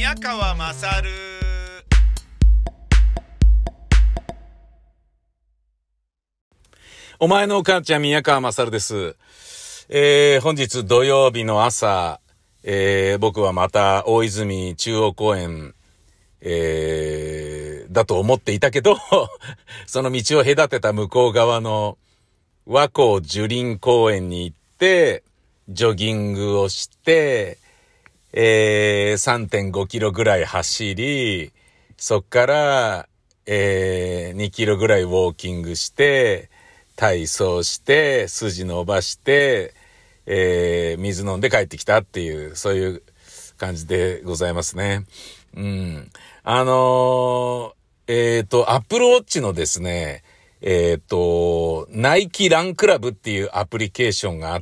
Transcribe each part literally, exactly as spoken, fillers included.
宮川勝。 お前のお母ちゃん宮川勝です。えー、本日土曜日の朝、えー、僕はまた大泉中央公園、えー、だと思っていたけど、その道を隔てた向こう側の和光樹林公園に行って、ジョギングをして、えー、さんてんごキロぐらい走り、そっから、えー、にキロぐらいウォーキングして、体操して、筋伸ばして、えー、水飲んで帰ってきたっていう、そういう感じでございますね。うん。あのー、えっと、アップルウォッチのですね、えっと、ナイキランクラブっていうアプリケーションがあって、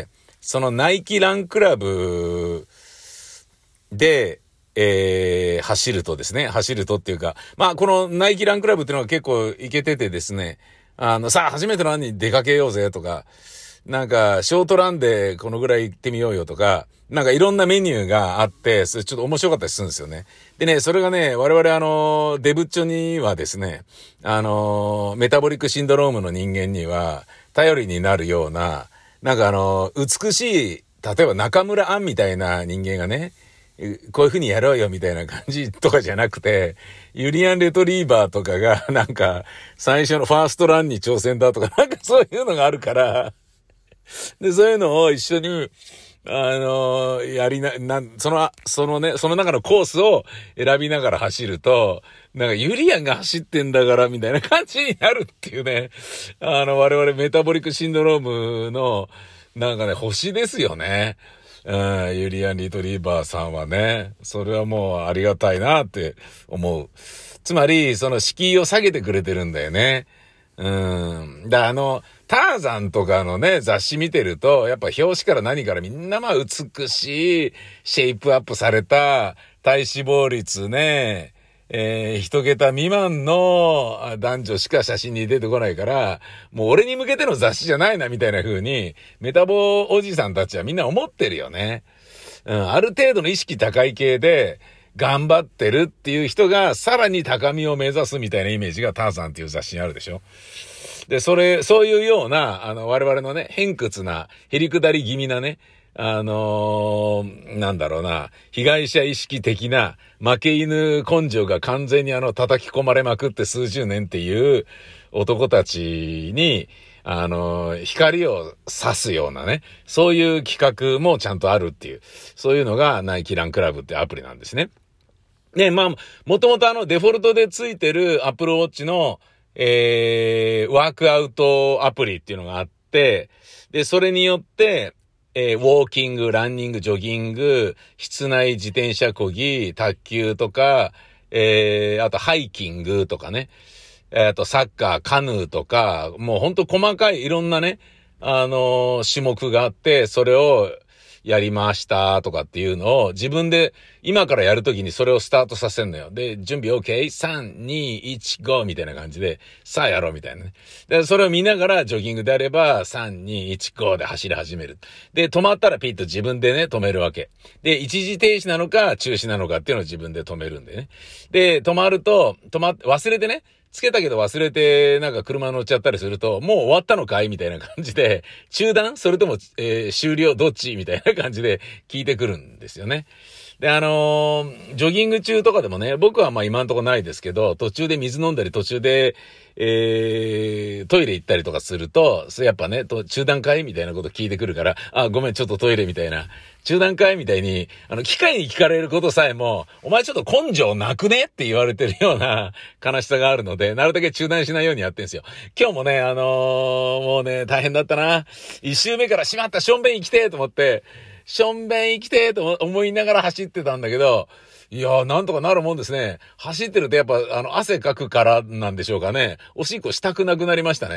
そのナイキランクラブで、えー、走るとですね、走るとっていうか、まあ、このナイキランクラブっていうのが結構イケててですね、あの、さあ、初めてのランに出かけようぜとか、なんか、ショートランでこのぐらい行ってみようよとか、なんかいろんなメニューがあって、それちょっと面白かったりするんですよね。でね、それがね、我々あの、デブッチョにはですね、あの、メタボリックシンドロームの人間には、頼りになるような、なんかあの、美しい、例えば中村アンみたいな人間がね、こういう風にやろうよみたいな感じとかじゃなくて、ユリアンレトリーバーとかがなんか最初のファーストランに挑戦だとかなんかそういうのがあるから、で、そういうのを一緒に、あのー、やりな、な、その、そのね、その中のコースを選びながら走ると、なんかユリアンが走ってんだからみたいな感じになるっていうね、あの、我々メタボリックシンドロームの、なんかね、星ですよね。うん、ユリアン・リトリーバーさんはね、それはもうありがたいなって思う。つまり、その敷居を下げてくれてるんだよね。うん。だ、あの、ターザンとかのね、雑誌見てると、やっぱ表紙から何からみんなまあ美しい、シェイプアップされた、体脂肪率ね、えー、一桁未満の男女しか写真に出てこないから、もう俺に向けての雑誌じゃないなみたいな風に、メタボおじさんたちはみんな思ってるよね。うん、ある程度の意識高い系で、頑張ってるっていう人がさらに高みを目指すみたいなイメージがターザンっていう雑誌にあるでしょ。で、それ、そういうような、あの、我々のね、偏屈な、へりくだり気味なね、あのー、なんだろうな、被害者意識的な負け犬根性が完全にあの叩き込まれまくって数十年っていう男たちに、あのー、光を差すようなね、そういう企画もちゃんとあるっていう、そういうのがナイキランクラブってアプリなんですね。ね、まあ、もともとあのデフォルトでついてるアップルウォッチの、えー、ワークアウトアプリっていうのがあって、で、それによって、えー、ウォーキング、ランニング、ジョギング、室内自転車漕ぎ、卓球とか、えー、あとハイキングとかね、えー、とサッカー、カヌーとか、もうほんと細かいいろんなね、あのー、種目があって、それをやりましたとかっていうのを自分で今からやるときにそれをスタートさせんのよ。で、準備 OK? さん、に、いち、ごみたいな感じで、さあやろうみたいなね。で、それを見ながらジョギングであれば、さん、に、いち、ごで走り始める。で、止まったらピッと自分でね、止めるわけ。で、一時停止なのか中止なのかっていうのを自分で止めるんでね。で、止まると、止まって、忘れてね、つけたけど忘れてなんか車乗っちゃったりすると、もう終わったのかいみたいな感じで、中断それとも、えー、終了どっちみたいな感じで聞いてくるんですよね。で、あのー、ジョギング中とかでもね、僕はまあ今んとこないですけど、途中で水飲んだり途中で、えー、トイレ行ったりとかすると、それやっぱね、と中断会みたいなこと聞いてくるから、あ、ごめん、ちょっとトイレみたいな。中断会みたいに、あの、機械に聞かれることさえも、お前ちょっと根性なくねって言われてるような悲しさがあるので、なるだけ中断しないようにやってんすよ。今日もね、あのー、もうね、大変だったな。一周目からしまった、しょんべん行きてーと思って、しょんべん行きてーと思いながら走ってたんだけど、いやー、なんとかなるもんですね。走ってるとやっぱ、あの、汗かくからなんでしょうかね。おしっこしたくなくなりましたね。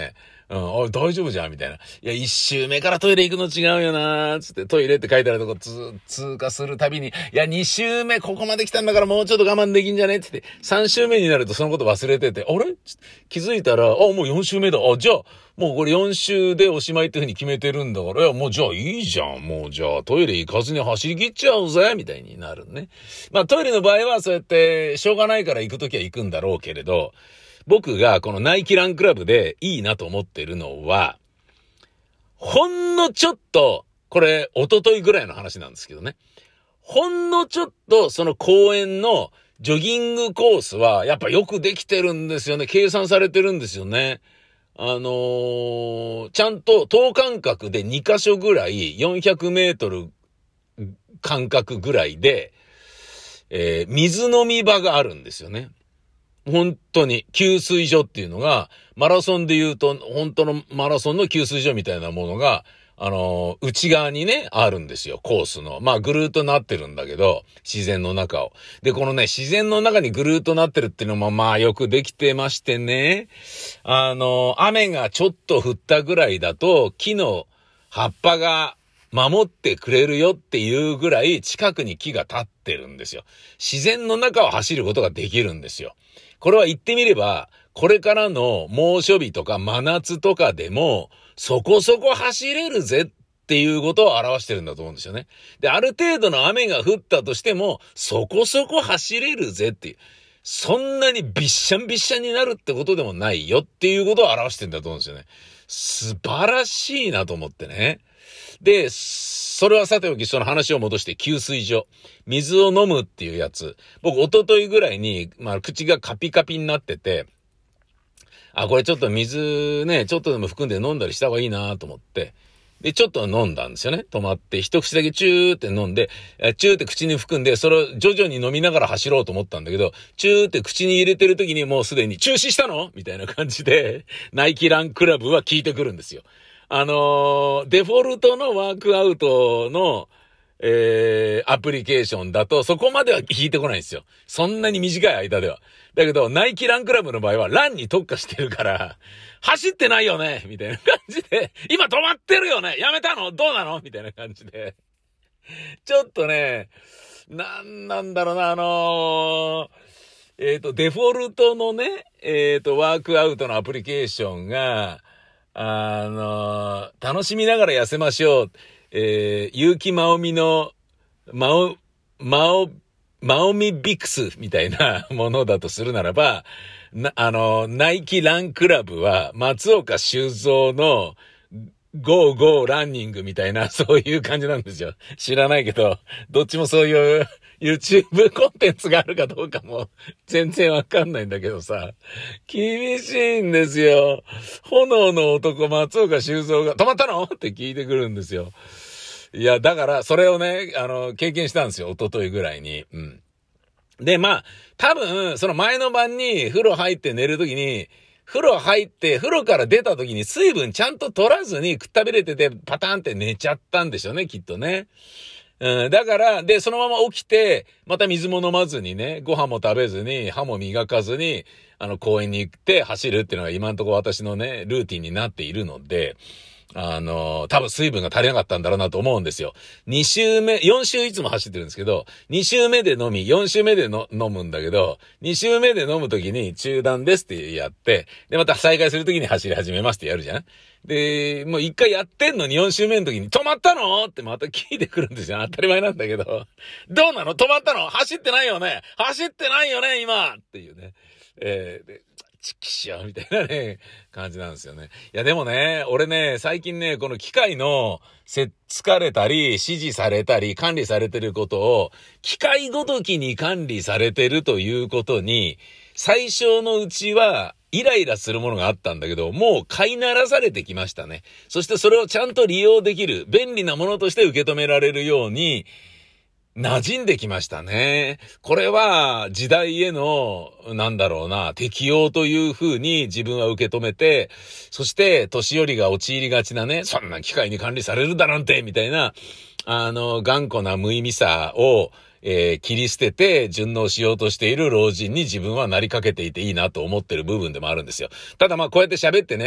うん、おい、大丈夫じゃんみたいな。いや、一周目からトイレ行くの違うよなーつって、トイレって書いてあるとこつ通過するたびに、いや、二周目ここまで来たんだからもうちょっと我慢できんじゃねって言って、三周目になるとそのこと忘れてて、あれ気づいたら、あ、もう四周目だ。あ、じゃあ、もうこれ四周でおしまいってふうに決めてるんだから、いや、もうじゃあいいじゃん。もうじゃあトイレ行かずに走り切っちゃうぜみたいになるね。まあトイレの場合はそうやってしょうがないから行くときは行くんだろうけれど、僕がこのナイキランクラブでいいなと思ってるのは、ほんのちょっと、これ一昨日ぐらいの話なんですけどね。ほんのちょっとその公園のジョギングコースはやっぱよくできてるんですよね。計算されてるんですよね。あのー、ちゃんと等間隔でにカ所ぐらいよんひゃくメートル間隔ぐらいで、えー、水飲み場があるんですよね。本当に給水所っていうのがマラソンで言うと本当のマラソンの給水所みたいなものがあのー、内側にねあるんですよ。コースのまあぐるーっとなってるんだけど自然の中をでこのね自然の中にぐるーっとなってるっていうのもまあよくできてましてねあのー、雨がちょっと降ったぐらいだと木の葉っぱが守ってくれるよっていうぐらい近くに木が立ってるんですよ。自然の中を走ることができるんですよ。これは言ってみれば、これからの猛暑日とか真夏とかでも、そこそこ走れるぜっていうことを表してるんだと思うんですよね。で、ある程度の雨が降ったとしても、そこそこ走れるぜっていう。そんなにびっしゃんびっしゃんになるってことでもないよっていうことを表してるんだと思うんですよね。素晴らしいなと思ってね。で、それはさておきその話を戻して給水所。水を飲むっていうやつ。僕一昨日ぐらいに、まあ口がカピカピになってて、あ、これちょっと水ね、ちょっとでも含んで飲んだりした方がいいなと思って、で、ちょっと飲んだんですよね。止まって、一口だけチューって飲んで、チューって口に含んで、それを徐々に飲みながら走ろうと思ったんだけど、チューって口に入れてる時にもうすでに中止したのみたいな感じで、ナイキランクラブは聞いてくるんですよ。あのー、デフォルトのワークアウトの、えー、アプリケーションだとそこまでは引いてこないんですよ。そんなに短い間では。だけど、ナイキランクラブの場合はランに特化してるから、走ってないよねみたいな感じで、今止まってるよねやめたのどうなのみたいな感じで。ちょっとね、なんなんだろうな、あのー、えっと、デフォルトのね、えっと、ワークアウトのアプリケーションが、あのー、楽しみながら痩せましょう。えー、結城まおみの、まお、まお、まおみビクスみたいなものだとするならば、な、あのー、ナイキランクラブは松岡修造のゴーゴーランニングみたいな、そういう感じなんですよ。知らないけど、どっちもそういう、YouTube コンテンツがあるかどうかも全然わかんないんだけどさ、厳しいんですよ。炎の男松岡修造が止まったのって聞いてくるんですよ。いや、だからそれをね、あの、経験したんですよ。一昨日ぐらいに。うん。で、まあ、多分、その前の晩に風呂入って寝るときに、風呂入って、風呂から出た時に水分ちゃんと取らずにくったびれててパターンって寝ちゃったんでしょうね、きっとね。うん、だから、で、そのまま起きて、また水も飲まずにね、ご飯も食べずに、歯も磨かずに、あの、公園に行って走るっていうのが今のところ私のね、ルーティンになっているので、あの、多分水分が足りなかったんだろうなと思うんですよ。に周目、よん周いつも走ってるんですけど、に周目で飲み、よん周目での飲むんだけど、に周目で飲むときに中断ですってやって、で、また再開するときに走り始めますってやるじゃん。で、もう一回やってんのによん周目のときに止まったのってまた聞いてくるんですよ。当たり前なんだけど。どうなの止まったの走ってないよね走ってないよね今っていうね。えー、でチキショーみたいなね、感じなんですよね。いやでもね、俺ね、最近ね、この機械のせっつかれたり、指示されたり、管理されてることを、機械ごときに管理されてるということに、最初のうちは、イライラするものがあったんだけど、もう飼いならされてきましたね。そしてそれをちゃんと利用できる、便利なものとして受け止められるように、馴染んできましたね。これは時代への、なんだろうな、適応という風に自分は受け止めて、そして年寄りが陥りがちなね、そんな機械に管理されるだなんて、みたいな、あの、頑固な無意味さを、えー、切り捨てて順応しようとしている老人に自分はなりかけていていいなと思ってる部分でもあるんですよ。ただまあこうやって喋ってね、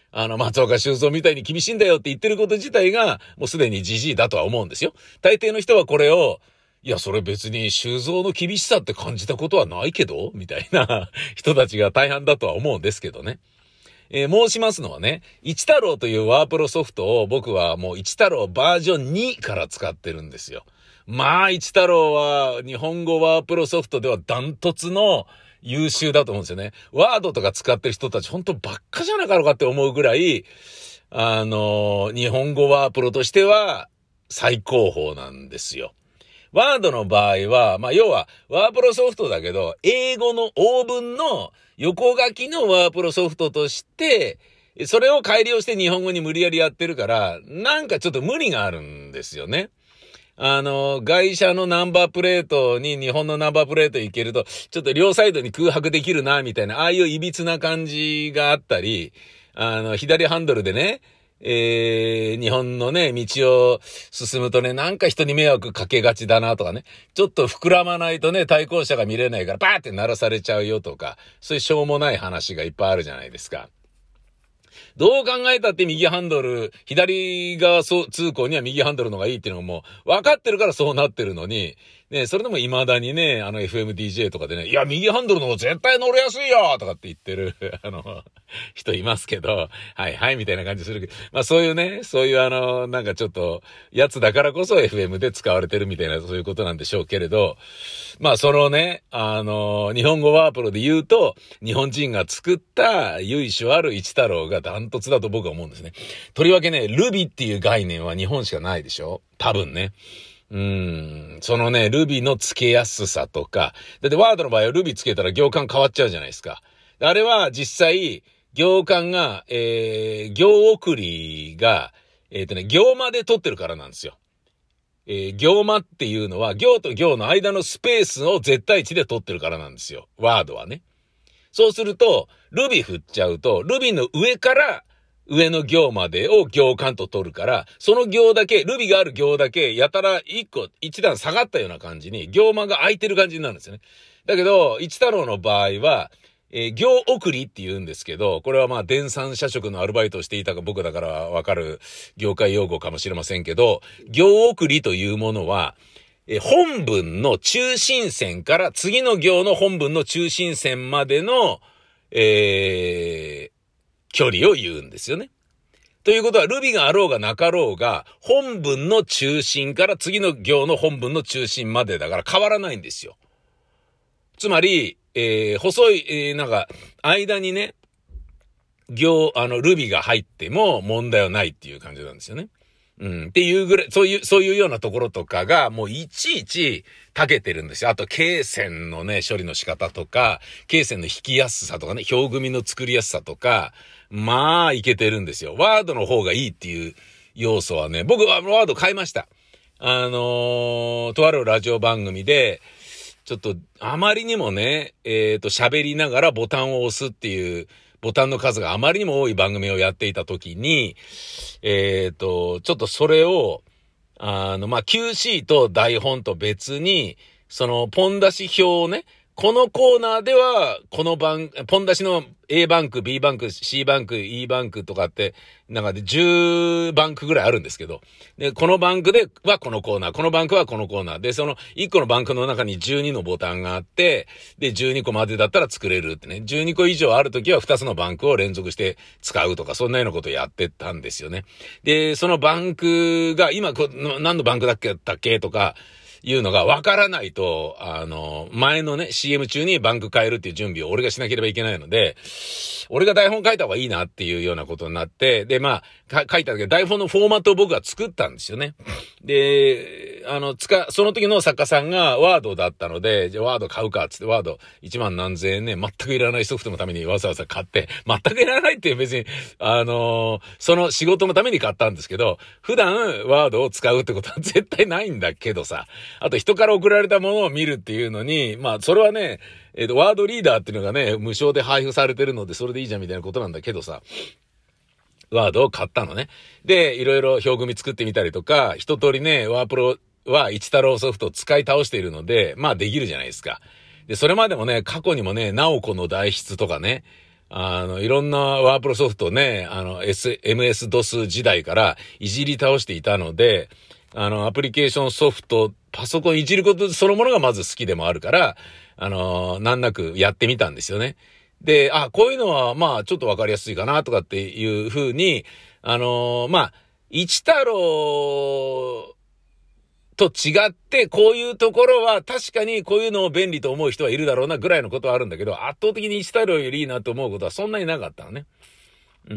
あの、松岡修造みたいに厳しいんだよって言ってること自体が、もうすでにジジイだとは思うんですよ。大抵の人はこれを、いや、それ別に修造の厳しさって感じたことはないけどみたいな人たちが大半だとは思うんですけどね。えー、申しますのはね、一太郎というワープロソフトを僕はもう一太郎バージョンにから使ってるんですよ。まあ、一太郎は日本語ワープロソフトではダントツの優秀だと思うんですよね。ワードとか使ってる人たち本当ばっかじゃなかろうかって思うぐらい、あのー、日本語ワープロとしては最高峰なんですよ。ワードの場合は、まあ、要は、ワープロソフトだけど、英語の英文の横書きのワープロソフトとして、それを改良して日本語に無理やりやってるから、なんかちょっと無理があるんですよね。あの、外車のナンバープレートに日本のナンバープレートいけると、ちょっと両サイドに空白できるな、みたいな、ああいう歪な感じがあったり、あの、左ハンドルでね、えー、日本のね、道を進むとね、なんか人に迷惑かけがちだなとかね、ちょっと膨らまないとね、対向車が見れないから、バーって鳴らされちゃうよとか、そういうしょうもない話がいっぱいあるじゃないですか。どう考えたって右ハンドル、左側通行には右ハンドルの方がいいっていうのがもう分かってるからそうなってるのに、ね、それでも未だにね、あの エフエムディージェー とかでね、いや、右ハンドルの方が絶対乗れやすいよとかって言ってる、あの、人いますけど、はいはいみたいな感じするけど、まあそういうね、そういうあの、なんかちょっと、やつだからこそ エフエム で使われてるみたいな、そういうことなんでしょうけれど、まあそのね、あの、日本語ワープロで言うと、日本人が作った由緒ある一太郎がダントツだと僕は思うんですね。とりわけね、ルビっていう概念は日本しかないでしょ？多分ね。うーん、そのね、ルビの付けやすさとか、だってワードの場合はルビ付けたら行間変わっちゃうじゃないですか。あれは実際、行間が、えー、行送りが、えっとね、行間で取ってるからなんですよ。えー、行間っていうのは、行と行の間のスペースを絶対値で取ってるからなんですよ。ワードはね。そうすると、ルビ振っちゃうと、ルビの上から、上の行までを行間と取るから、その行だけ、ルビがある行だけ、やたら一個、一段下がったような感じに、行間が空いてる感じになるんですよね。だけど、一太郎の場合は、えー、行送りって言うんですけど、これはまあ、電産社食のアルバイトをしていたか僕だからわかる業界用語かもしれませんけど、行送りというものは、えー、本文の中心線から次の行の本文の中心線までの、えー、距離を言うんですよね。ということは、ルビがあろうがなかろうが、本文の中心から次の行の本文の中心までだから変わらないんですよ。つまり、えー、細い、えー、なんか、間にね、行、あの、ルビが入っても問題はないっていう感じなんですよね。うん。っていうぐらい、そういう、そういうようなところとかが、もういちいち長けてるんですよ。あと、罫線のね、処理の仕方とか、罫線の引きやすさとかね、表組の作りやすさとか、まあ、いけてるんですよ。ワードの方がいいっていう要素はね、僕はワード変えました。あのー、とあるラジオ番組で、ちょっと、あまりにもね、えっと、喋りながらボタンを押すっていう、ボタンの数があまりにも多い番組をやっていたときに、えっと、ちょっとそれを、あの、まあ、キューシー と台本と別に、その、ポン出し表をね、このコーナーでは、この番、ポン出しの A バンク、B バンク、C バンク、E バンクとかって、なんかでじゅうバンクぐらいあるんですけど、で、このバンクではこのコーナー、このバンクはこのコーナーで、そのいっこのバンクの中にじゅうにのボタンがあって、で、じゅうにこまでだったら作れるってね、じゅうにこ以上あるときはふたつのバンクを連続して使うとか、そんなようなことをやってたんですよね。で、そのバンクが、今こ、何のバンクだっけだっけとか、いうのが分からないと、あの、前のね、シーエム 中にバンク変えるっていう準備を俺がしなければいけないので、俺が台本書いた方がいいなっていうようなことになって、で、まあ、書いたんだけど、台本のフォーマットを僕が作ったんですよね。で、あの、つか、その時の作家さんがワードだったので、じゃあワード買うかっつってワードいちまん何千円ね、全くいらないソフトのためにわざわざ買って、全くいらないって別に、あの、その仕事のために買ったんですけど、普段ワードを使うってことは絶対ないんだけどさ、あと人から送られたものを見るっていうのに、まあそれはね、えっと、ワードリーダーっていうのがね、無償で配布されてるのでそれでいいじゃんみたいなことなんだけどさ、ワードを買ったのね。で、いろいろ表組作ってみたりとか、一通りね、ワープロは一太郎ソフトを使い倒しているので、まあできるじゃないですか。で、それまでもね、過去にもね、ナオコの代筆とかね、 あの、いろんなワープロソフトね、あの、S、エムエスドス 時代からいじり倒していたので、あの、アプリケーションソフト、パソコンいじることそのものがまず好きでもあるから、あの、難なくやってみたんですよね。で、あ、こういうのは、まあ、ちょっとわかりやすいかな、とかっていう風に、あの、まあ、一太郎と違って、こういうところは確かにこういうのを便利と思う人はいるだろうなぐらいのことはあるんだけど、圧倒的に一太郎よりいいなと思うことはそんなになかったのね。うん。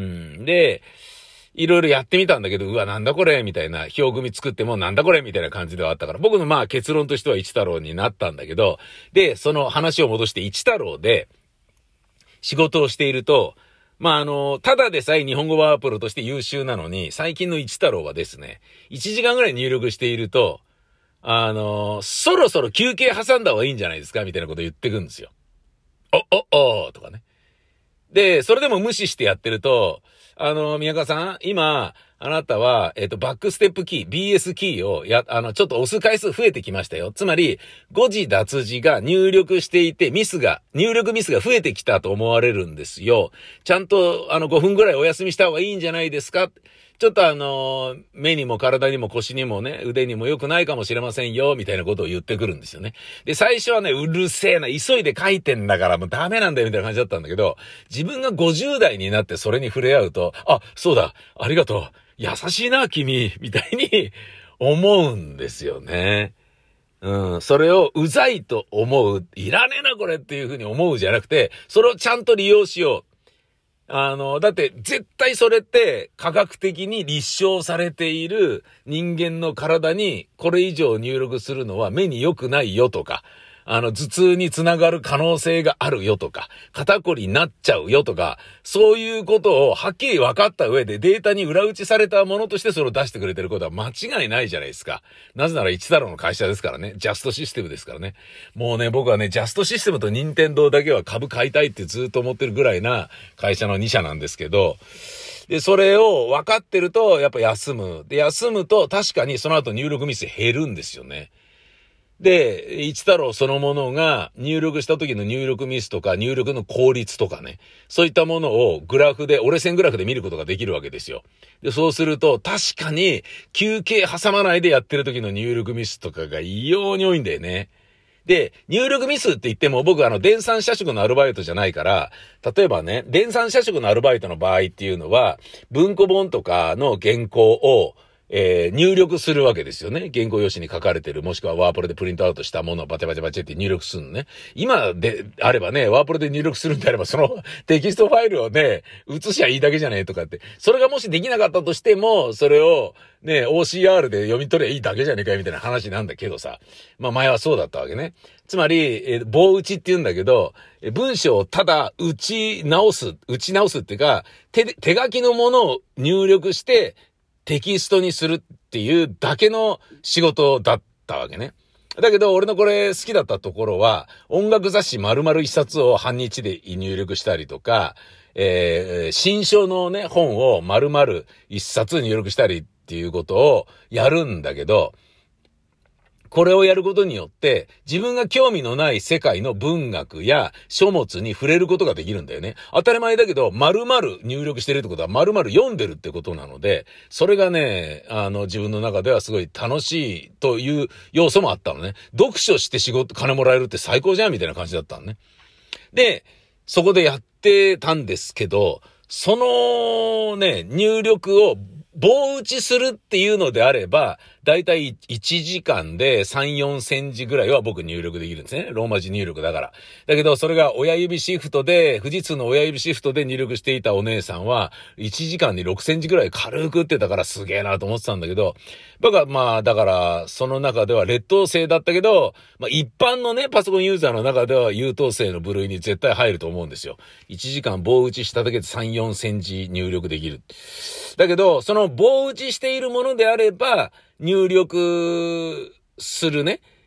で、いろいろやってみたんだけど、うわ、なんだこれみたいな、表組作ってもなんだこれみたいな感じではあったから、僕のまあ結論としては一太郎になったんだけど、で、その話を戻して一太郎で仕事をしていると、まあ、あの、ただでさえ日本語ワープロとして優秀なのに、最近の一太郎はですね、いちじかんぐらい入力していると、あの、そろそろ休憩挟んだ方がいいんじゃないですかみたいなこと言ってくんですよ。お、お、おとかね。で、それでも無視してやってると、あの、宮川さん、今、あなたは、えっと、バックステップキー、ビーエス キーをや、あの、ちょっと押す回数増えてきましたよ。つまり、誤字脱字が入力していて、ミスが、入力ミスが増えてきたと思われるんですよ。ちゃんと、あの、ごふんぐらいお休みした方がいいんじゃないですか？ちょっとあの、目にも体にも腰にもね、腕にも良くないかもしれませんよ、みたいなことを言ってくるんですよね。で、最初はね、うるせえな、急いで書いてんだからもうダメなんだよ、みたいな感じだったんだけど、自分がごじゅう代になってそれに触れ合うと、あ、そうだ、ありがとう、優しいな、君、みたいに思うんですよね。うん、それをうざいと思う、いらねえな、これっていうふうに思うじゃなくて、それをちゃんと利用しよう。あの、だって絶対それって科学的に立証されている人間の体にこれ以上入力するのは目に良くないよとか、あの、頭痛につながる可能性があるよとか、肩こりになっちゃうよとか、そういうことをはっきり分かった上でデータに裏打ちされたものとしてそれを出してくれてることは間違いないじゃないですか。なぜなら一太郎の会社ですからね。ジャストシステムですからね。もうね、僕はね、ジャストシステムと任天堂だけは株買いたいってずっと思ってるぐらいな会社のに社なんですけど、で、それを分かってると、やっぱ休む。で、休むと確かにその後入力ミス減るんですよね。で、一太郎そのものが入力した時の入力ミスとか入力の効率とかね、そういったものをグラフで、折れ線グラフで見ることができるわけですよ。で、そうすると確かに休憩挟まないでやってる時の入力ミスとかが異様に多いんだよね。で、入力ミスって言っても僕あの電算社食のアルバイトじゃないから、例えばね、電算社食のアルバイトの場合っていうのは、文庫本とかの原稿をえー、入力するわけですよね。原稿用紙に書かれてる、もしくはワープロでプリントアウトしたものをバチャバチャバチャって入力するのね。今であればね、ワープロで入力するんであれば、そのテキストファイルをね、写しゃいいだけじゃねえとかって。それがもしできなかったとしても、それをね、オーシーアール で読み取ればいいだけじゃねえかよみたいな話なんだけどさ。まあ前はそうだったわけね。つまり、えー、棒打ちって言うんだけど、文章をただ打ち直す、打ち直すっていうか、手で、手書きのものを入力して、テキストにするっていうだけの仕事だったわけね。だけど俺のこれ好きだったところは、音楽雑誌丸々一冊を半日で入力したりとか、えー、新書のね、本を丸々一冊入力したりっていうことをやるんだけど、これをやることによって、自分が興味のない世界の文学や書物に触れることができるんだよね。当たり前だけど、丸々入力してるってことは丸々読んでるってことなので、それがね、あの、自分の中ではすごい楽しいという要素もあったのね。読書して仕事、金もらえるって最高じゃんみたいな感じだったのね。で、そこでやってたんですけど、そのね、入力を棒打ちするっていうのであれば、だいたいいちじかんでさん、よんセンチぐらいは僕入力できるんですね。ローマ字入力だから。だけどそれが親指シフトで、富士通の親指シフトで入力していたお姉さんは、いちじかんにろくセンチぐらい軽く打ってたからすげえなと思ってたんだけど、僕はまあだからその中では劣等生だったけど、まあ一般のね、パソコンユーザーの中では優等生の部類に絶対入ると思うんですよ。いちじかん棒打ちしただけでさん、よんセンチ入力できる。だけど、その棒打ちしているものであれば、入力するね、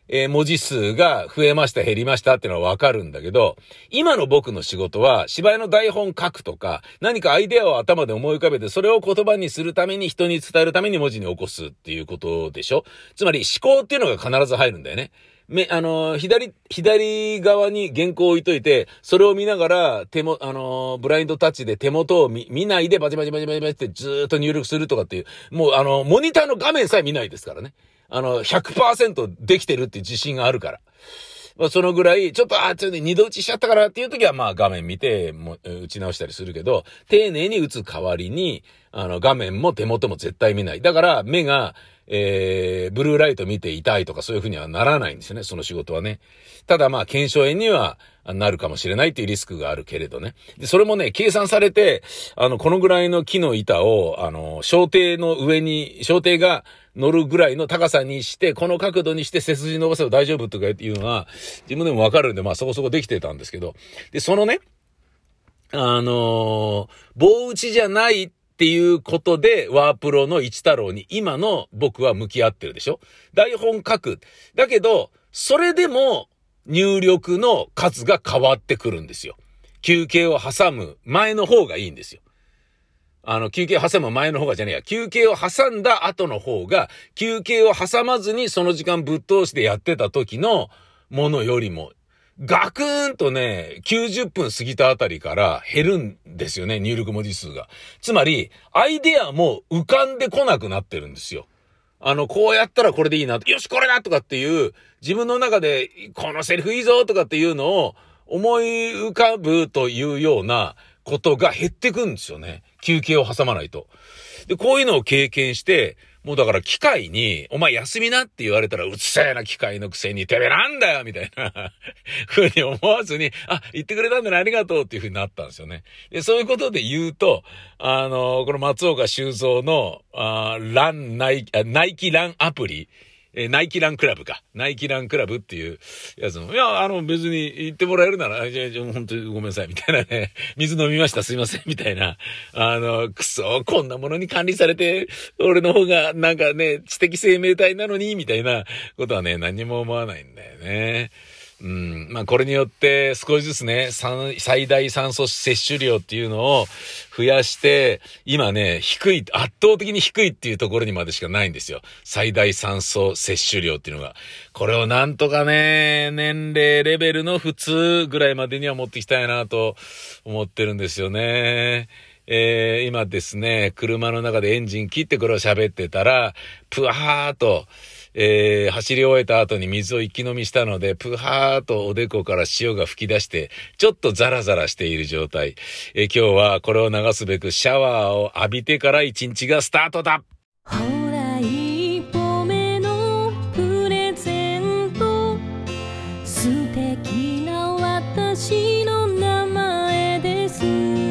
えー、文字数が増えました減りましたっていうのはわかるんだけど、今の僕の仕事は芝居の台本書くとか、何かアイデアを頭で思い浮かべてそれを言葉にするために人に伝えるために文字に起こすっていうことでしょ。つまり思考っていうのが必ず入るんだよね。め、あのー、左、左側に原稿を置いといて、それを見ながら、手も、あのー、ブラインドタッチで手元を見、見ないでバチバチバチバチバチってずーっと入力するとかっていう、もうあのー、モニターの画面さえ見ないですからね。あの、ひゃくパーセント できてるっていう自信があるから。まあ、そのぐらい、ちょっと、あ、ちょっと二度打ちしちゃったからっていう時は、まあ画面見て、も打ち直したりするけど、丁寧に打つ代わりに、あの、画面も手元も絶対見ない。だから、目が、えー、ブルーライト見て痛いとかそういう風にはならないんですよね、その仕事はね。ただまあ、腱鞘炎にはなるかもしれないっていうリスクがあるけれどね。で、それもね、計算されて、あの、このぐらいの木の板を、あの、小艇の上に、小艇が乗るぐらいの高さにして、この角度にして背筋伸ばせば大丈夫とかいうのは、自分でもわかるんで、まあそこそこできてたんですけど。で、そのね、あのー、棒打ちじゃないっていうことで、ワープロの一太郎に今の僕は向き合ってるでしょ。台本書く。だけど、それでも入力の数が変わってくるんですよ。休憩を挟む前の方がいいんですよ。あの、休憩を挟む前の方がじゃねえや。休憩を挟んだ後の方が、休憩を挟まずにその時間ぶっ通してやってた時のものよりも、ガクーンとね、きゅうじゅっぷん過ぎたあたりから減るんですよね、入力文字数が。つまり、アイデアも浮かんでこなくなってるんですよ。あの、こうやったらこれでいいな、よし、これだとかっていう、自分の中で、このセリフいいぞとかっていうのを思い浮かぶというようなことが減ってくんですよね。休憩を挟まないと。で、こういうのを経験して、もうだから機械に、お前休みなって言われたら、うっせえな機械のくせに、てめえなんだよみたいな風に思わずに、あ、言ってくれたんだね、ありがとうっていう風になったんですよね。で、そういうことで言うと、あの、この松岡修造の、あランナイ、ナイキランアプリ、えー、ナイキランクラブか。ナイキランクラブっていうやつも、いや、あの、別に言ってもらえるなら、じゃあ、じゃあ、本当にごめんなさい、みたいなね。水飲みました、すいません、みたいな。あの、くそ、こんなものに管理されて、俺の方が、なんかね、知的生命体なのに、みたいなことはね、何も思わないんだよね。うん。まあ、これによって少しずつね、最大酸素摂取量っていうのを増やして、今ね、低い、圧倒的に低いっていうところにまでしかないんですよ。最大酸素摂取量っていうのが。これをなんとかね、年齢レベルの普通ぐらいまでには持ってきたいなと思ってるんですよね。えー、今ですね、車の中でエンジン切ってこれを喋ってたら、ぷわーっと、えー、走り終えた後に水を一気飲みしたので、ぷはーっとおでこから塩が吹き出して、ちょっとザラザラしている状態。えー、今日はこれを流すべくシャワーを浴びてから一日がスタートだ。 ほら一歩目のプレゼント、素敵な私の名前です。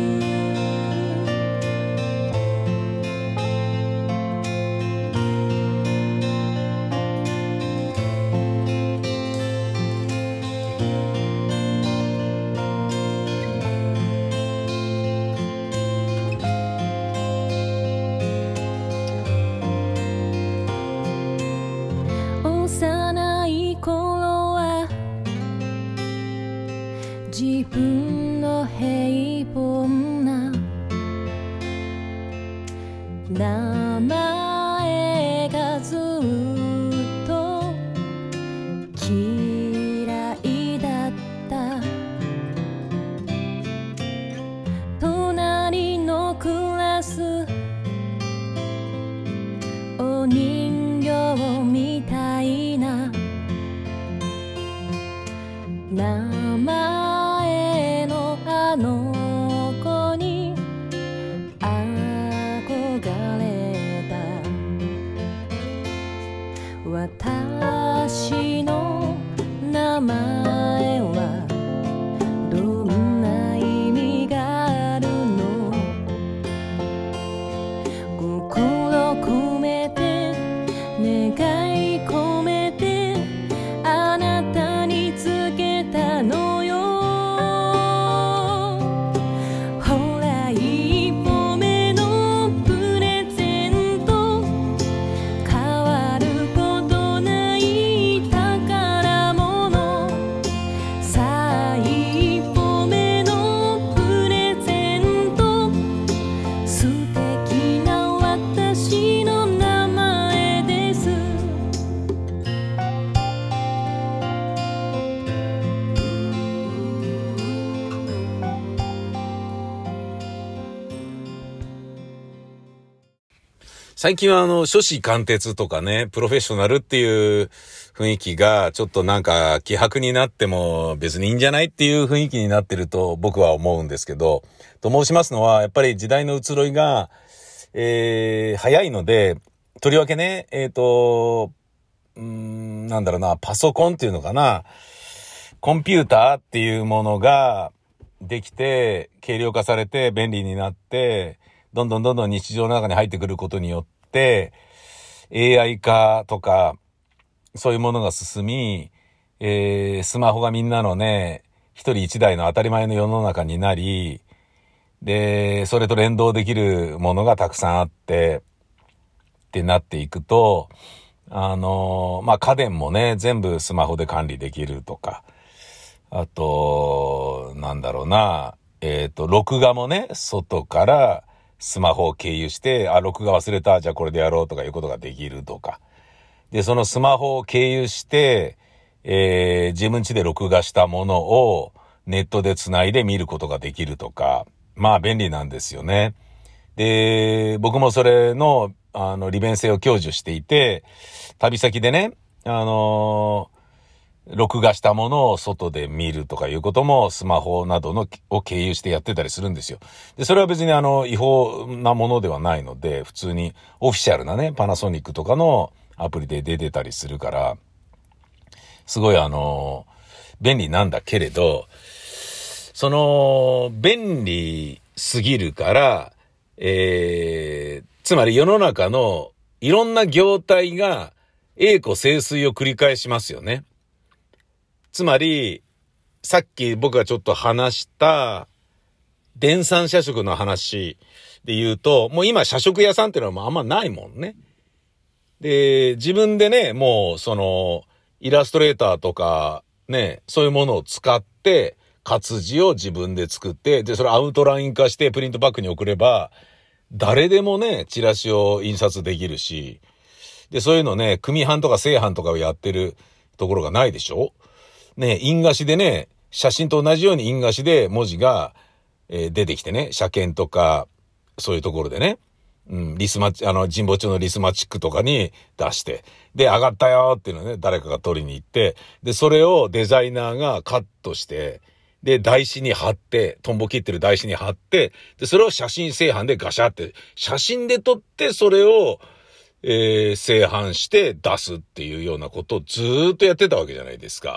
幼い頃は自分の平凡な名前がずっと嫌いだった。隣のクラスお人形みたいな名前のあの子に憧れた。私の名前はどんな意味があるの？心込めて願い込めてあなたにつけたのよ。ほら一歩目のプレゼント、変わることない宝最近はあの、初子貫徹とかね、プロフェッショナルっていう雰囲気が、ちょっとなんか、希薄になっても別にいいんじゃないっていう雰囲気になってると僕は思うんですけど、と申しますのは、やっぱり時代の移ろいが、えー、早いので、とりわけね、えっと、うーん、なんだろうな、パソコンっていうのかな、コンピューターっていうものができて、軽量化されて便利になって、どんどんどんどん日常の中に入ってくることによって、エーアイ 化とか、そういうものが進み、えー、スマホがみんなのね、一人一台の当たり前の世の中になり、で、それと連動できるものがたくさんあって、ってなっていくと、あのー、まあ、家電もね、全部スマホで管理できるとか、あと、なんだろうな、えっと、録画もね、外から、スマホを経由して、あ、録画忘れた、じゃあこれでやろうとかいうことができるとか。で、そのスマホを経由して、えー、自分家で録画したものをネットで繋いで見ることができるとか。まあ便利なんですよね。で、僕もそれの、あの、利便性を享受していて、旅先でね、あのー、録画したものを外で見るとかいうこともスマホなどのを経由してやってたりするんですよ。で、それは別にあの違法なものではないので、普通にオフィシャルなね、パナソニックとかのアプリで出てたりするから、すごいあの、便利なんだけれど、その、便利すぎるから、えー、つまり世の中のいろんな業態が栄枯盛衰を繰り返しますよね。つまり、さっき僕がちょっと話した、電産社食の話で言うと、もう今社食屋さんっていうのはもうあんまないもんね。で、自分でね、もうその、イラストレーターとか、ね、そういうものを使って、活字を自分で作って、で、それアウトライン化してプリントバッグに送れば、誰でもね、チラシを印刷できるし、で、そういうのね、組版とか正版とかをやってるところがないでしょ？ね、印画紙でね、写真と同じように印画紙で文字が、えー、出てきてね、車検とか、そういうところでね、うん、リスマチ、あの、神保町のリスマチックとかに出して、で、上がったよっていうのをね、誰かが取りに行って、で、それをデザイナーがカットして、で、台紙に貼って、トンボ切ってる台紙に貼って、で、それを写真製版でガシャって、写真で撮って、それを、えー、製版して出すっていうようなことをずーっとやってたわけじゃないですか。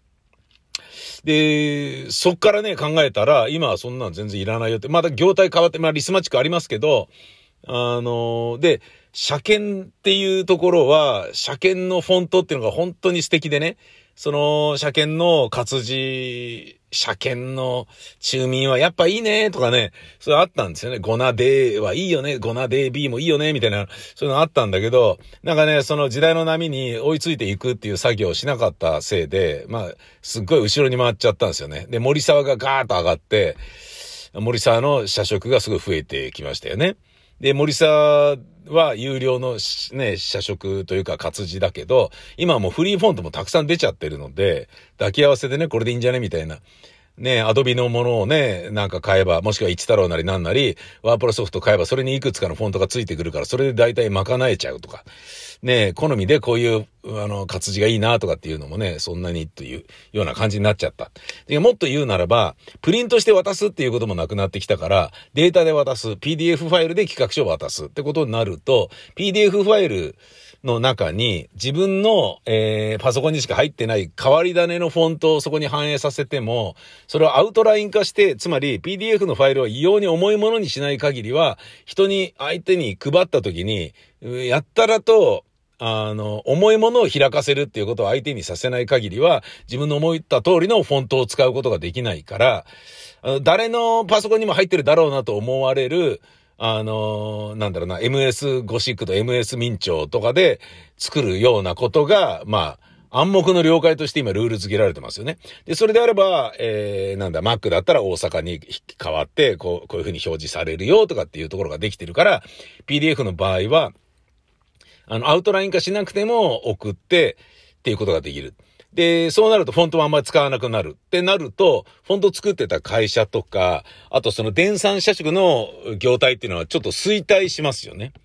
で、そっからね、考えたら、今はそんなの全然いらないよって、まだ業態変わって、まあリスマチックありますけど、あの、で、車検っていうところは、車検のフォントっていうのが本当に素敵でね、その車検の活字、車検の中民はやっぱいいねとかね、それあったんですよね。ゴナデーはいいよね、ゴナデー B もいいよね、みたいな、そういうのあったんだけど、なんかね、その時代の波に追いついていくっていう作業をしなかったせいで、まあ、すっごい後ろに回っちゃったんですよね。で、森沢がガーッと上がって、森沢の社食がすごい増えてきましたよね。で、森沢は有料のね、社食というか活字だけど、今はもうフリーフォントもたくさん出ちゃってるので、抱き合わせでね、これでいいんじゃねみたいな。ね、アドビのものをね、なんか買えば、もしくは一太郎なりなんなり、ワープロソフト買えば、それにいくつかのフォントがついてくるから、それで大体賄えちゃうとか。ね、好みでこういう、あの、活字がいいなとかっていうのもね、そんなにというような感じになっちゃった。でもっと言うならば、プリントして渡すっていうこともなくなってきたから、データで渡す、ピーディーエフ ファイルで企画書を渡すってことになると、ピーディーエフ ファイルの中に自分の、えー、パソコンにしか入ってない変わり種のフォントをそこに反映させても、それをアウトライン化して、つまり ピーディーエフ のファイルを異様に重いものにしない限りは、人に、相手に配った時に、やったらと、あの、重いものを開かせるっていうことを相手にさせない限りは、自分の思った通りのフォントを使うことができないから、あの誰のパソコンにも入ってるだろうなと思われる、あの、なんだろうな、エムエス ゴシックと エムエス 明朝とかで作るようなことが、まあ、暗黙の了解として今ルール付けられてますよね。で、それであれば、えー、なんだ、Mac だったら大阪に変わって、こう、こういう風に表示されるよとかっていうところができてるから、ピーディーエフ の場合は、あの、アウトライン化しなくても送ってっていうことができる。で、そうなるとフォントもあんまり使わなくなるってなると、フォント作ってた会社とか、あとその電産社食の業態っていうのはちょっと衰退しますよね。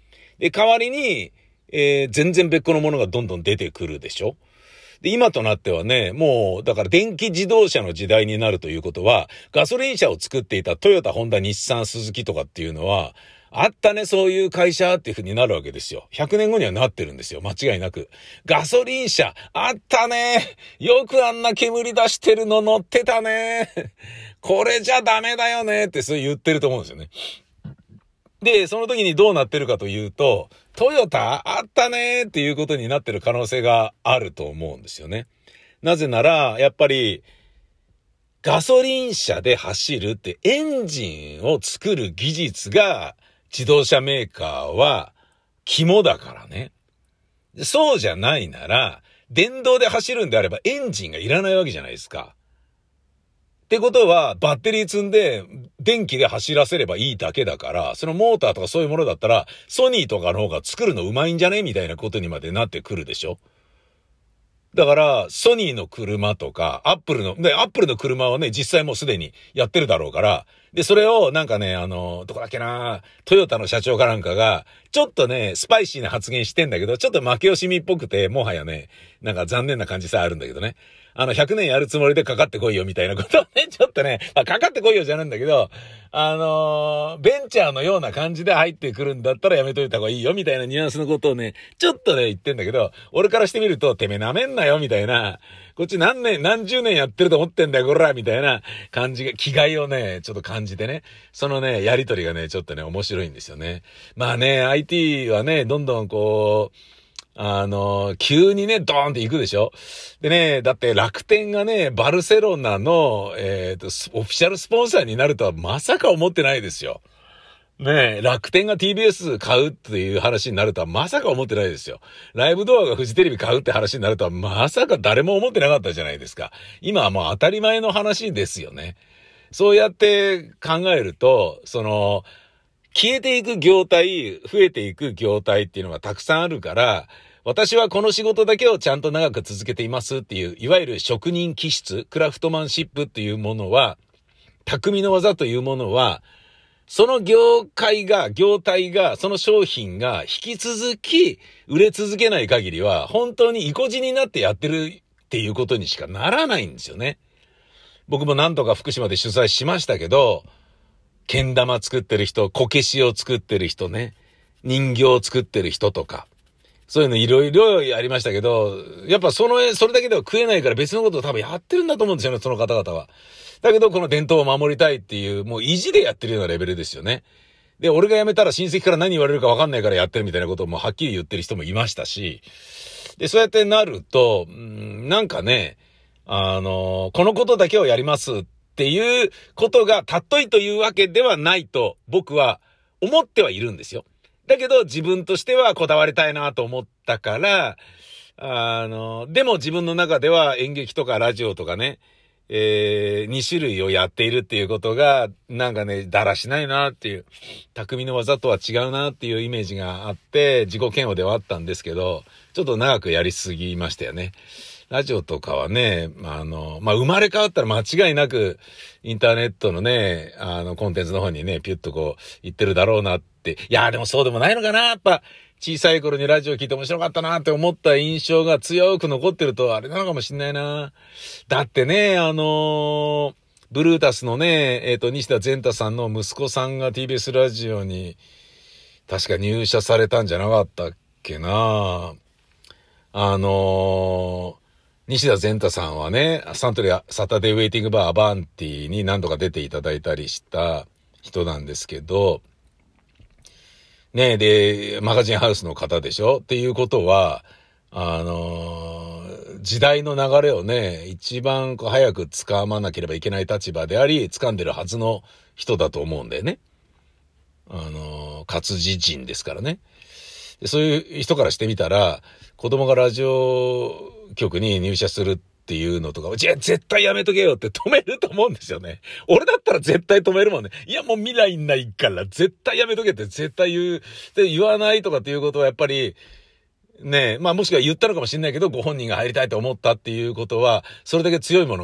で、代わりに、えー、全然別個のものがどんどん出てくるでしょ。で、今となってはね、もう、だから電気自動車の時代になるということは、ガソリン車を作っていたトヨタ、ホンダ、日産、スズキとかっていうのは、あったね、そういう会社っていう風になるわけですよ。ひゃくねんごにはなってるんですよ。間違いなく。ガソリン車、あったね。よくあんな煙出してるの乗ってたね。これじゃダメだよねってそう言ってると思うんですよね。で、その時にどうなってるかというと、トヨタあったねっていうことになってる可能性があると思うんですよね。なぜなら、やっぱり、ガソリン車で走るってエンジンを作る技術が自動車メーカーは肝だからね。そうじゃないなら、電動で走るんであればエンジンがいらないわけじゃないですか。ってことは、バッテリー積んで、電気で走らせればいいだけだから、そのモーターとかそういうものだったら、ソニーとかの方が作るのうまいんじゃねみたいなことにまでなってくるでしょ。だから、ソニーの車とか、アップルの、で、アップルの車はね、実際もうすでにやってるだろうから、で、それをなんかね、あの、どこだっけな、トヨタの社長かなんかが、ちょっとね、スパイシーな発言してんだけど、ちょっと負け惜しみっぽくて、もはやね、なんか残念な感じさあるんだけどね。あの、ひゃくねんやるつもりでかかってこいよみたいなことをね、ちょっとね、あ、かかってこいよじゃないんだけど、あのー、ベンチャーのような感じで入ってくるんだったらやめといた方がいいよみたいなニュアンスのことをね、ちょっとね、言ってんだけど、俺からしてみると、てめえ舐めんなよみたいな、こっち何年、何十年やってると思ってんだよ、こらみたいな感じが、気概をね、ちょっと感じてね、そのね、やりとりがね、ちょっとね、面白いんですよね。まあね、アイティー はね、どんどんこう、あの、急にね、ドーンって行くでしょ。でね、だって楽天がね、バルセロナの、えっと、オフィシャルスポンサーになるとはまさか思ってないですよ。ねえ、楽天が ティービーエス 買うっていう話になるとはまさか思ってないですよ。ライブドアがフジテレビ買うって話になるとはまさか誰も思ってなかったじゃないですか。今はもう当たり前の話ですよね。そうやって考えると、その、消えていく業態、増えていく業態っていうのがたくさんあるから、私はこの仕事だけをちゃんと長く続けていますっていう、いわゆる職人気質、クラフトマンシップっていうものは、匠の技というものは、その業界が、業態が、その商品が引き続き売れ続けない限りは、本当に意固地になってやってるっていうことにしかならないんですよね。僕も何度か福島で取材しましたけど、けん玉作ってる人、こけしを作ってる人ね、人形を作ってる人とか、そういうのいろいろありましたけど、やっぱその、それだけでは食えないから別のことを多分やってるんだと思うんですよね、その方々は。だけどこの伝統を守りたいっていう、もう意地でやってるようなレベルですよね。で、俺が辞めたら親戚から何言われるか分かんないからやってるみたいなことをもうはっきり言ってる人もいましたし、で、そうやってなると、うん、なんかね、あの、このことだけをやりますっていうことがたっといというわけではないと僕は思ってはいるんですよ。だけど自分としてはこだわりたいなと思ったから、あの、でも自分の中では演劇とかラジオとかね、えー、に種類をやっているっていうことが、なんかね、だらしないなっていう、匠の技とは違うなっていうイメージがあって、自己嫌悪ではあったんですけど、ちょっと長くやりすぎましたよね。ラジオとかはね、あの、まあ、生まれ変わったら間違いなく、インターネットのね、あの、コンテンツの方にね、ピュッとこう、言ってるだろうなって。いや、でもそうでもないのかな、やっぱ。小さい頃にラジオ聞いて面白かったなって思った印象が強く残ってるとあれなのかもしんないな。だってね、あのー、ブルータスのね、えっと、西田善太さんの息子さんが ティービーエス ラジオに確か入社されたんじゃなかったっけな。あのー、西田善太さんはね、サントリーサタデーウェイティングバーアバンティに何度か出ていただいたりした人なんですけど、ねえ、で、マガジンハウスの方でしょっていうことは、あのー、時代の流れをね、一番こう早く掴まなければいけない立場であり、掴んでるはずの人だと思うんだよね。あのー、活字人ですからね。でそういう人からしてみたら、子供がラジオ局に入社するっていうのとか、じゃあ絶対やめとけよって止めると思うんですよね。俺だったら絶対止めるもんね。いやもう未来ないから絶対やめとけって絶対言う。で、言わないとかっていうことはやっぱり、ねえ、まあもしくは言ったのかもしれないけど、ご本人が入りたいと思ったっていうことは、それだけ強いものがあっ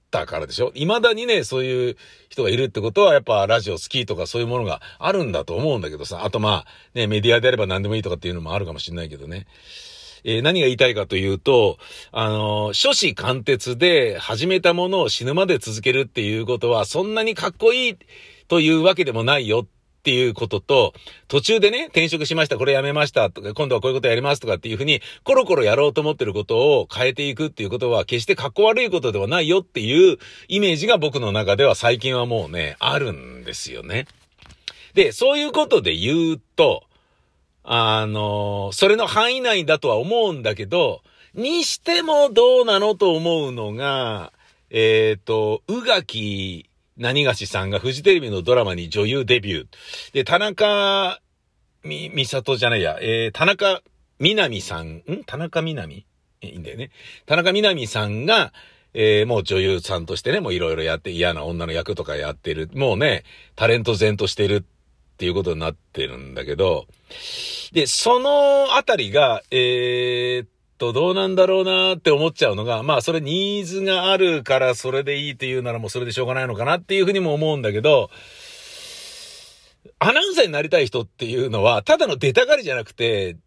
たからでしょ。未だにね、そういう人がいるってことは、やっぱラジオ好きとかそういうものがあるんだと思うんだけどさ。あとまあ、ね、メディアであれば何でもいいとかっていうのもあるかもしれないけどね。えー、何が言いたいかというと、あのー、初子貫徹で始めたものを死ぬまで続けるっていうことは、そんなにかっこいいというわけでもないよっていうことと、途中でね、転職しました、これやめましたとか、今度はこういうことやりますとかっていうふうに、コロコロやろうと思ってることを変えていくっていうことは、決してかっこ悪いことではないよっていうイメージが僕の中では最近はもうね、あるんですよね。で、そういうことで言うと、あの、それの範囲内だとは思うんだけど、にしてもどうなのと思うのが、えっと、宇垣何がしさんがフジテレビのドラマに女優デビュー。で、田中み、みさとじゃないや、えー、田中みなみさん、ん田中みなみいいんだよね。田中みなみさんが、えー、もう女優さんとしてね、もういろいろやって嫌な女の役とかやってる。もうね、タレント前としてるっていうことになってるんだけど、で、そのあたりが、えー、っと、どうなんだろうなって思っちゃうのが、まあ、それニーズがあるからそれでいいっていうならもうそれでしょうがないのかなっていうふうにも思うんだけど、アナウンサーになりたい人っていうのは、ただの出たがりじゃなくて、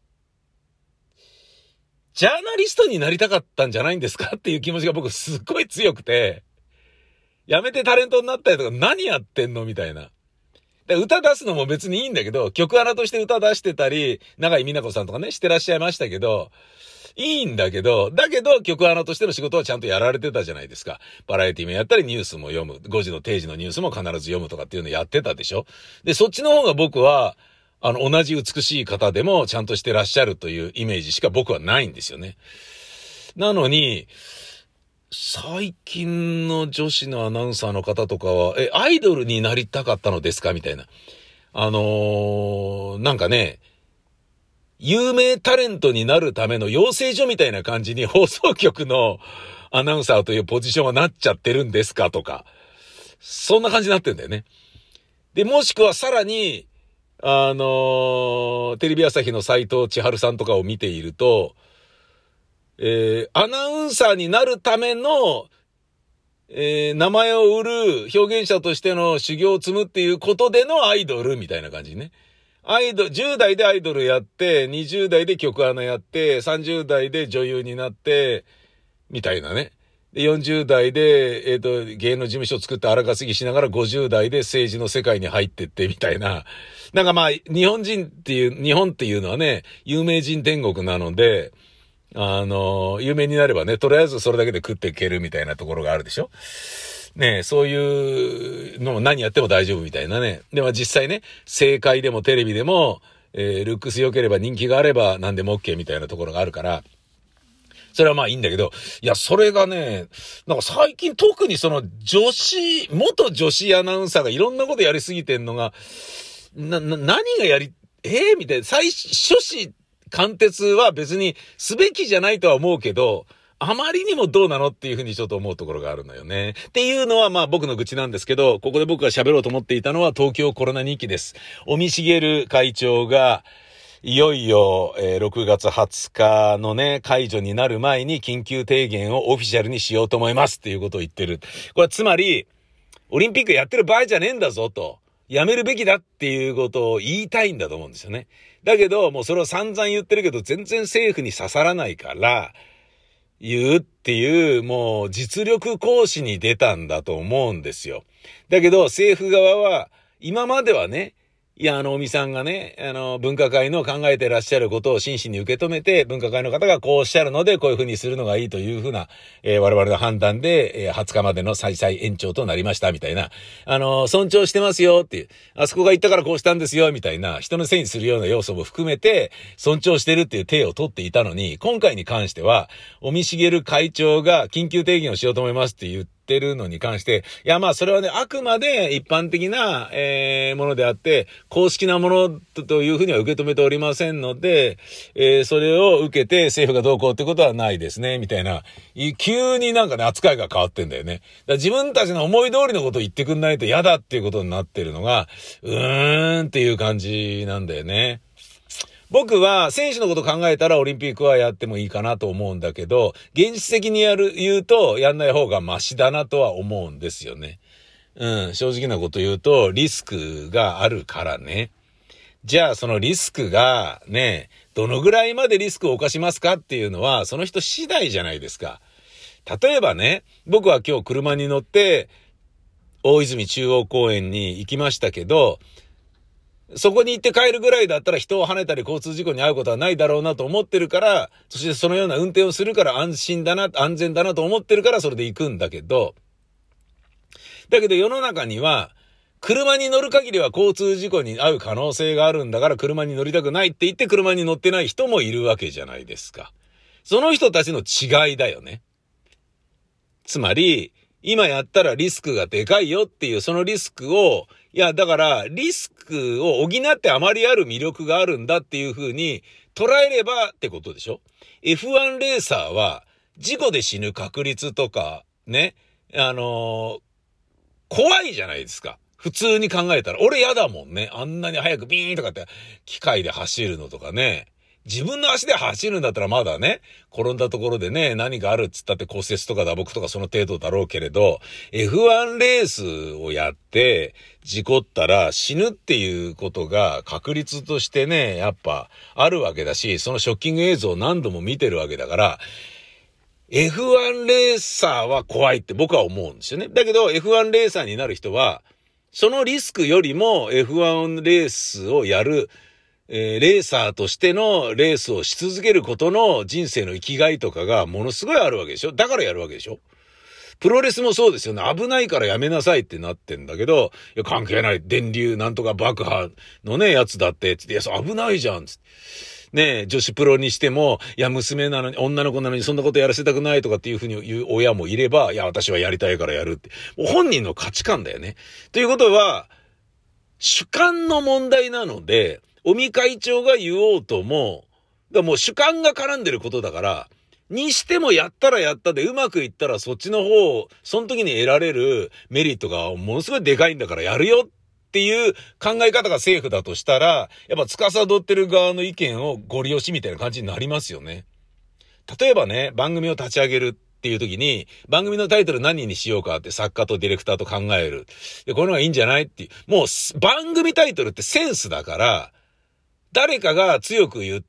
ジャーナリストになりたかったんじゃないんですかっていう気持ちが僕すっごい強くて、やめてタレントになったりとか何やってんのみたいな。で歌出すのも別にいいんだけど、曲穴として歌出してたり、永井美奈子さんとかね、してらっしゃいましたけど、いいんだけど、だけど曲穴としての仕事はちゃんとやられてたじゃないですか。バラエティもやったりニュースも読む。ごじの定時のニュースも必ず読むとかっていうのやってたでしょ。で、そっちの方が僕は、あの、同じ美しい方でもちゃんとしてらっしゃるというイメージしか僕はないんですよね。なのに、最近の女子のアナウンサーの方とかは、え、アイドルになりたかったのですかみたいな。あのー、なんかね、有名タレントになるための養成所みたいな感じに放送局のアナウンサーというポジションはなっちゃってるんですかとか。そんな感じになってんだよね。で、もしくはさらに、あのー、テレビ朝日の斉藤千春さんとかを見ていると、えー、アナウンサーになるための、えー、名前を売る表現者としての修行を積むっていうことでのアイドルみたいな感じね。アイドル、じゅう代でアイドルやって、にじゅう代で曲穴やって、さんじゅう代で女優になって、みたいなね。で、よんじゅう代で、えっと、芸能事務所作って荒稼ぎしながらごじゅう代で政治の世界に入ってってみたいな。なんかまあ、日本人っていう、日本っていうのはね、有名人天国なので、あの、有名になればね、とりあえずそれだけで食っていけるみたいなところがあるでしょ。ねえ、そういうのも何やっても大丈夫みたいなね。でも実際ね、政界でもテレビでも、えー、ルックス良ければ人気があれば何でも OK みたいなところがあるから、それはまあいいんだけど、いや、それがね、なんか最近特にその女子、元女子アナウンサーがいろんなことやりすぎてんのが、な、な、何がやり、えー、みたいな、最初子貫徹は別にすべきじゃないとは思うけど、あまりにもどうなのっていうふうにちょっと思うところがあるのよね。っていうのはまあ僕の愚痴なんですけど、ここで僕が喋ろうと思っていたのは東京コロナ日記です。尾身茂会長が、いよいよ、えー、ろくがつはつかのね、解除になる前に緊急提言をオフィシャルにしようと思いますっていうことを言ってる。これはつまり、オリンピックやってる場合じゃねえんだぞと。やめるべきだっていうことを言いたいんだと思うんですよね。だけど、もうそれを散々言ってるけど、全然政府に刺さらないから、言うっていう、もう実力行使に出たんだと思うんですよ。だけど、政府側は、今まではね、いや、あの、尾身さんがね、あの、分科会の考えてらっしゃることを真摯に受け止めて、分科会の方がこうおっしゃるので、こういうふうにするのがいいというふうな、えー、我々の判断で、えー、はつかまでの再々延長となりました、みたいな。あの、尊重してますよっていう、あそこが言ったからこうしたんですよ、みたいな、人のせいにするような要素も含めて、尊重してるっていう体を取っていたのに、今回に関しては、尾身茂会長が緊急提言をしようと思いますって言って、ってるのに関して、いやまあそれはね、あくまで一般的な、えー、ものであって、公式なものというふうには受け止めておりませんので、えー、それを受けて政府がどうこうってことはないですね、みたいな、急になんかね、扱いが変わってんだよね。だから自分たちの思い通りのことを言ってくんないと嫌だっていうことになってるのが、うーんっていう感じなんだよね。 僕は選手のこと考えたらオリンピックはやってもいいかなと思うんだけど、現実的にやる、言うとやんない方がマシだなとは思うんですよね。うん、正直なこと言うとリスクがあるからね。じゃあそのリスクがね、どのぐらいまでリスクを冒しますかっていうのはその人次第じゃないですか。例えばね、僕は今日車に乗って大泉中央公園に行きましたけど、そこに行って帰るぐらいだったら人を跳ねたり交通事故に遭うことはないだろうなと思ってるから、そしてそのような運転をするから安心だな、安全だなと思ってるからそれで行くんだけど、だけど世の中には車に乗る限りは交通事故に遭う可能性があるんだから車に乗りたくないって言って車に乗ってない人もいるわけじゃないですか。その人たちの違いだよね。つまり今やったらリスクがでかいよっていうそのリスクを、いやだからリスクを補ってあまりある魅力があるんだっていう風に捉えればってことでしょ。 エフワン レーサーは事故で死ぬ確率とかね、あのー怖いじゃないですか。普通に考えたら。俺嫌だもんね。あんなに早くビーンとかって機械で走るのとかね。自分の足で走るんだったらまだね、転んだところでね、何かあるっつったって骨折とか打撲とかその程度だろうけれど、エフワン レースをやって事故ったら死ぬっていうことが確率としてね、やっぱあるわけだし、そのショッキング映像を何度も見てるわけだから、エフワン レーサーは怖いって僕は思うんですよね。だけど エフワン レーサーになる人は、そのリスクよりも エフワン レースをやる、えー、レーサーとしてのレースをし続けることの人生の生きがいとかがものすごいあるわけでしょ。だからやるわけでしょ。プロレスもそうですよね。危ないからやめなさいってなってんだけど、いや関係ない。電流なんとか爆破のね、やつだって、つって、いや、そう危ないじゃん。つって。ねえ、女子プロにしても、いや、娘なのに、女の子なのにそんなことやらせたくないとかっていうふうに言う親もいれば、いや、私はやりたいからやるって。もう本人の価値観だよね。ということは、主観の問題なので、尾身会長が言おうとも、だからもう主観が絡んでることだから、にしてもやったらやったでうまくいったらそっちの方、その時に得られるメリットがものすごいでかいんだからやるよっていう考え方が政府だとしたら、やっぱ司ってる側の意見をご利用しみたいな感じになりますよね。例えばね、番組を立ち上げるっていう時に、番組のタイトル何にしようかって作家とディレクターと考える。で、これのがいいんじゃないっていう。もう番組タイトルってセンスだから、誰かが強く言って、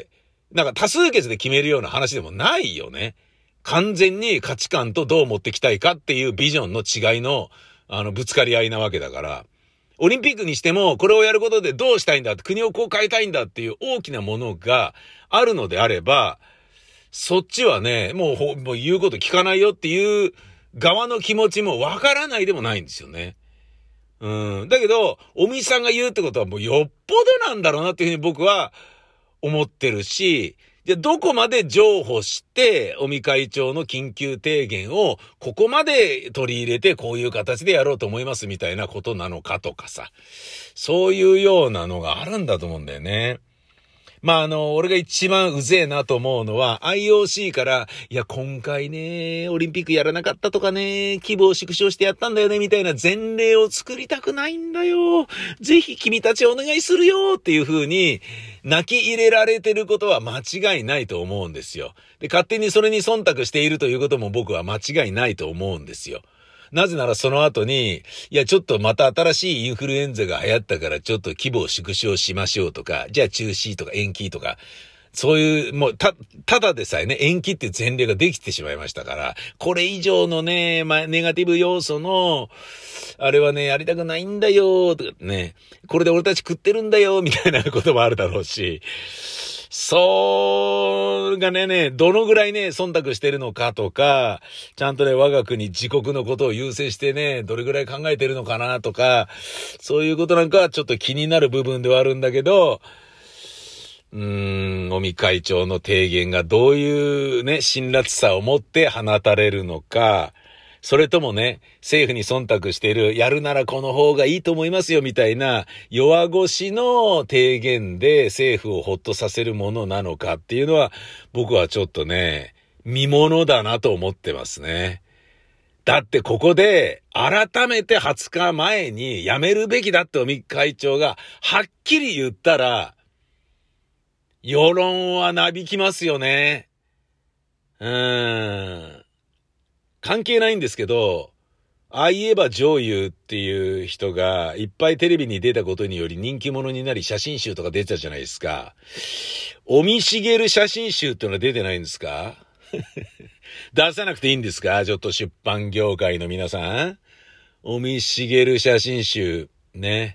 なんか多数決で決めるような話でもないよね。完全に価値観とどう持ってきたいかっていうビジョンの違いの、あの、ぶつかり合いなわけだから。オリンピックにしても、これをやることでどうしたいんだって、国をこう変えたいんだっていう大きなものがあるのであれば、そっちはね、もう、もう言うこと聞かないよっていう側の気持ちもわからないでもないんですよね。うん。だけど、尾身さんが言うってことはもうよっぽどなんだろうなっていうふうに僕は思ってるし、じゃあどこまで譲歩して、尾身会長の緊急提言をここまで取り入れてこういう形でやろうと思いますみたいなことなのかとかさ。そういうようなのがあるんだと思うんだよね。まああの、俺が一番うぜえなと思うのは アイオーシー から、いや今回ね、オリンピックやらなかったとかね、規模を縮小してやったんだよねみたいな前例を作りたくないんだよ。ぜひ君たちお願いするよっていう風に泣き入れられてることは間違いないと思うんですよ。で、勝手にそれに忖度しているということも僕は間違いないと思うんですよ。なぜならその後に、いやちょっとまた新しいインフルエンザが流行ったからちょっと規模を縮小しましょうとか、じゃあ中止とか延期とか、そういう、もう、た、ただでさえね、延期っていう前例ができてしまいましたから、これ以上のね、まあ、ネガティブ要素の、あれはね、やりたくないんだよ、とかね、これで俺たち食ってるんだよ、みたいなこともあるだろうし、そうがね、ね、どのぐらいね、忖度してるのかとか、ちゃんとね、我が国自国のことを優先してね、どれぐらい考えてるのかなとか、そういうことなんかはちょっと気になる部分ではあるんだけど、うーん、尾身会長の提言がどういうね、辛辣さを持って放たれるのか、それともね、政府に忖度している、やるならこの方がいいと思いますよみたいな弱腰の提言で政府をほっとさせるものなのかっていうのは、僕はちょっとね、見ものだなと思ってますね。だってここで改めてはつかまえに辞めるべきだって尾身会長がはっきり言ったら、 世論はなびきますよね。うーん。関係ないんですけど、ああ言えば上優っていう人がいっぱいテレビに出たことにより人気者になり写真集とか出てたじゃないですか。尾身茂写真集ってのは出てないんですか？出さなくていいんですか？ちょっと出版業界の皆さん。尾身茂写真集、ね。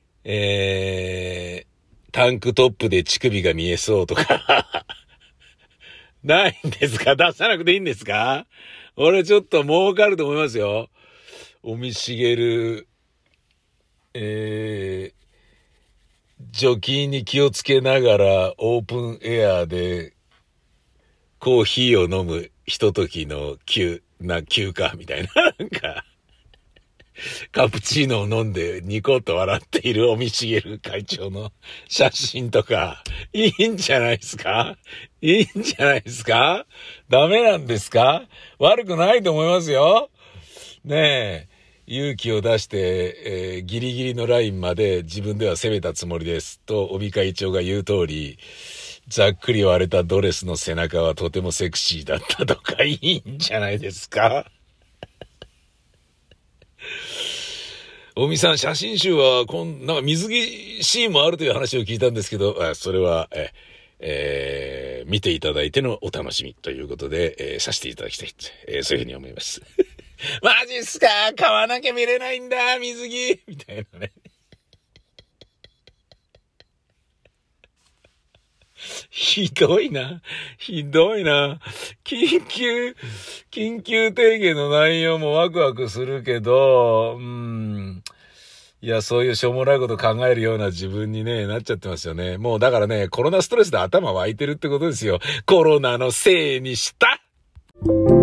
えー、タンクトップで乳首が見えそうとか。ないんですか？出さなくていいんですか？俺ちょっと儲かると思いますよ。尾身茂、えー、除菌に気をつけながらオープンエアでコーヒーを飲むひとときの休、な、休暇みたいな。なんか、カプチーノを飲んでニコッと笑っている尾身茂会長の写真とか、いいんじゃないですか？いいんじゃないですか？ダメなんですか？悪くないと思いますよ。ねえ。勇気を出して、えー、ギリギリのラインまで自分では攻めたつもりですと尾身会長が言う通り、ざっくり割れたドレスの背中はとてもセクシーだったとかいいんじゃないですか？尾身さん、写真集はこんなんか水着シーンもあるという話を聞いたんですけど、あそれはえ、えー、見ていただいてのお楽しみということで、えー、させていただきたい、えー、そういうふうに思います。マジっすか？買わなきゃ見れないんだ、水着みたいなね。ひどいな。ひどいな。緊急、緊急提言の内容もワクワクするけど、うーん。いや、そういうしょうもないこと考えるような自分にね、なっちゃってますよね。もうだからね、コロナストレスで頭湧いてるってことですよ。コロナのせいにした。